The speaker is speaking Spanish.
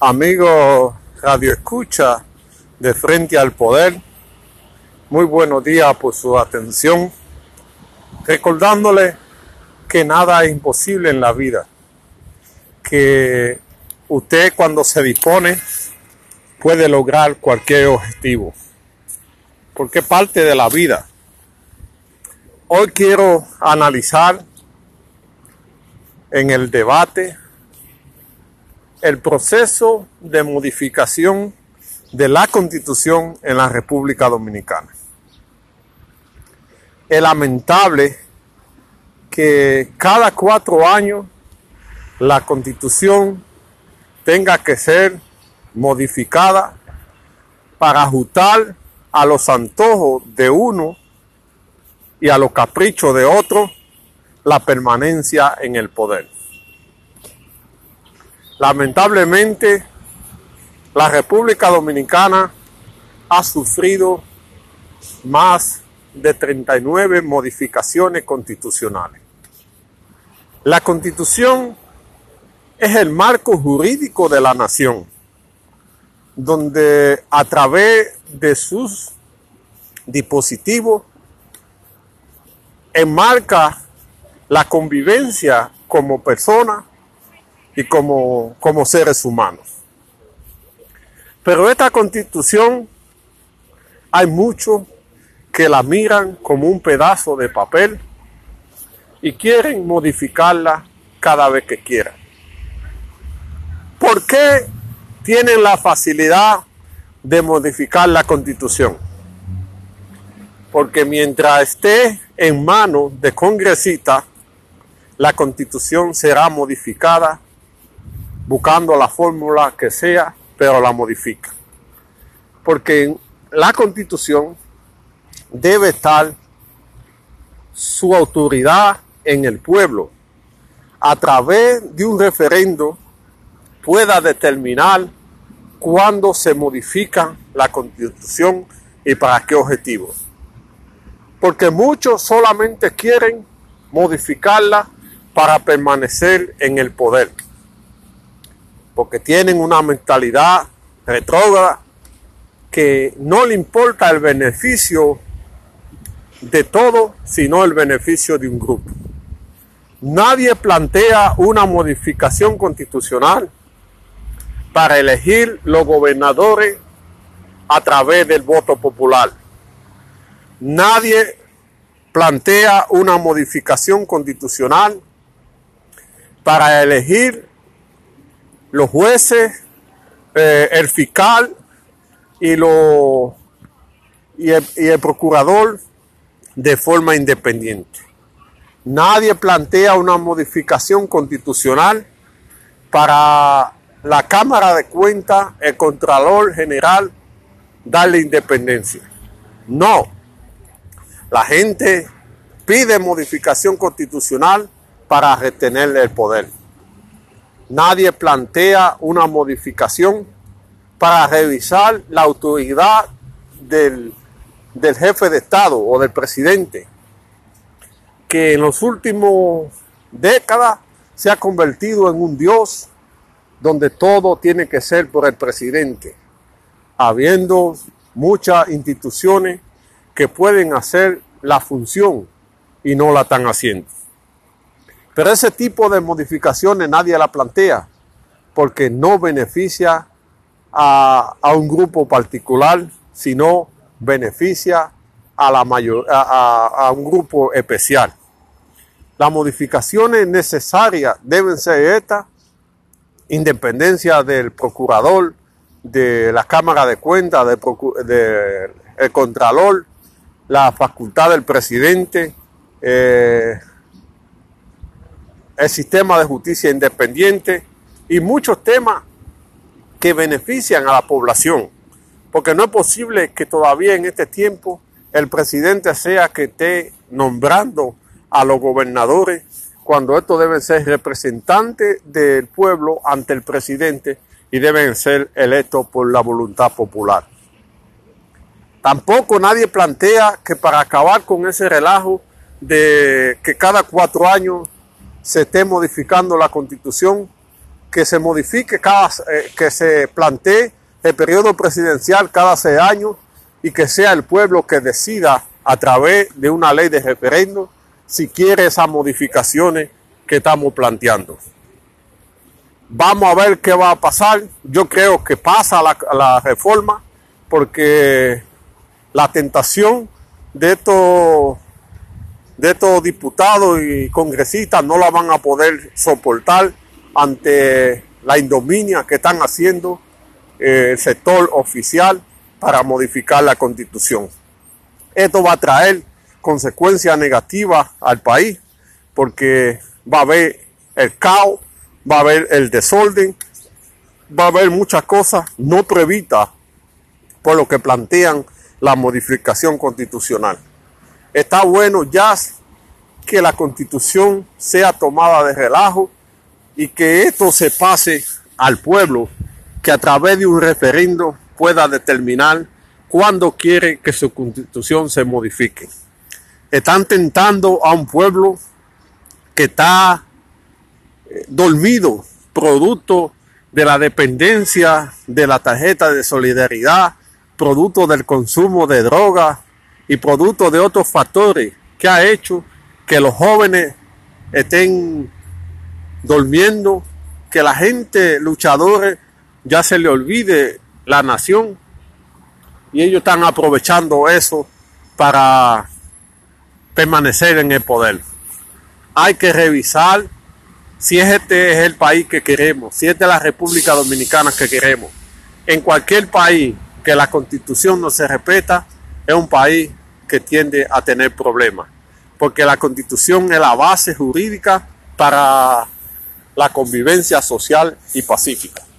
Amigo Radio Escucha de Frente al Poder, muy buenos días por su atención, recordándole que nada es imposible en la vida, que usted cuando se dispone puede lograr cualquier objetivo, porque es parte de la vida. Hoy quiero analizar en el debate el proceso de modificación de la Constitución en la República Dominicana. Es lamentable que cada 4 años la Constitución tenga que ser modificada para ajustar a los antojos de uno y a los caprichos de otro la permanencia en el poder. Lamentablemente, la República Dominicana ha sufrido más de 39 modificaciones constitucionales. La Constitución es el marco jurídico de la nación, donde a través de sus dispositivos enmarca la convivencia como persona y como seres humanos. Pero esta Constitución hay muchos que la miran como un pedazo de papel y quieren modificarla cada vez que quieran. ¿Por qué tienen la facilidad de modificar la Constitución? Porque mientras esté en manos de congresistas, la Constitución será modificada buscando la fórmula que sea, pero la modifica. Porque la Constitución debe estar su autoridad en el pueblo. A través de un referendo pueda determinar cuándo se modifica la Constitución y para qué objetivos. Porque muchos solamente quieren modificarla para permanecer en el poder, porque tienen una mentalidad retrógrada que no le importa el beneficio de todo, sino el beneficio de un grupo. Nadie plantea una modificación constitucional para elegir los gobernadores a través del voto popular. Nadie plantea una modificación constitucional para elegir los jueces, el fiscal y el procurador de forma independiente. Nadie plantea una modificación constitucional para la Cámara de Cuentas, el Contralor General, darle independencia. No. La gente pide modificación constitucional para retener el poder. Nadie plantea una modificación para revisar la autoridad del jefe de Estado o del presidente, que en las últimas décadas se ha convertido en un dios donde todo tiene que ser por el presidente, habiendo muchas instituciones que pueden hacer la función y no la están haciendo. Pero ese tipo de modificaciones nadie la plantea porque no beneficia a un grupo particular, sino beneficia a un grupo especial. Las modificaciones necesarias deben ser estas: independencia del procurador, de la Cámara de Cuentas, del Contralor, la facultad del presidente, el sistema de justicia independiente y muchos temas que benefician a la población. Porque no es posible que todavía en este tiempo el presidente sea que esté nombrando a los gobernadores, cuando estos deben ser representantes del pueblo ante el presidente y deben ser electos por la voluntad popular. Tampoco nadie plantea que para acabar con ese relajo de que cada 4 años se esté modificando la Constitución, que se modifique que se plantee el periodo presidencial cada 6 años y que sea el pueblo que decida a través de una ley de referendo si quiere esas modificaciones que estamos planteando. Vamos a ver qué va a pasar. Yo creo que pasa la reforma porque la tentación de estos diputados y congresistas no la van a poder soportar ante la ignominia que están haciendo el sector oficial para modificar la Constitución. Esto va a traer consecuencias negativas al país porque va a haber el caos, va a haber el desorden, va a haber muchas cosas no previstas por lo que plantean la modificación constitucional. Está bueno ya que la Constitución sea tomada de relajo y que esto se pase al pueblo, que a través de un referendo pueda determinar cuándo quiere que su Constitución se modifique. Están tentando a un pueblo que está dormido, producto de la dependencia de la tarjeta de solidaridad, producto del consumo de drogas y producto de otros factores que ha hecho que los jóvenes estén durmiendo, que la gente luchadores ya se le olvide la nación y ellos están aprovechando eso para permanecer en el poder. Hay que revisar si este es el país que queremos, si esta es la República Dominicana que queremos. En cualquier país que la Constitución no se respeta, es un país que tiende a tener problemas, porque la Constitución es la base jurídica para la convivencia social y pacífica.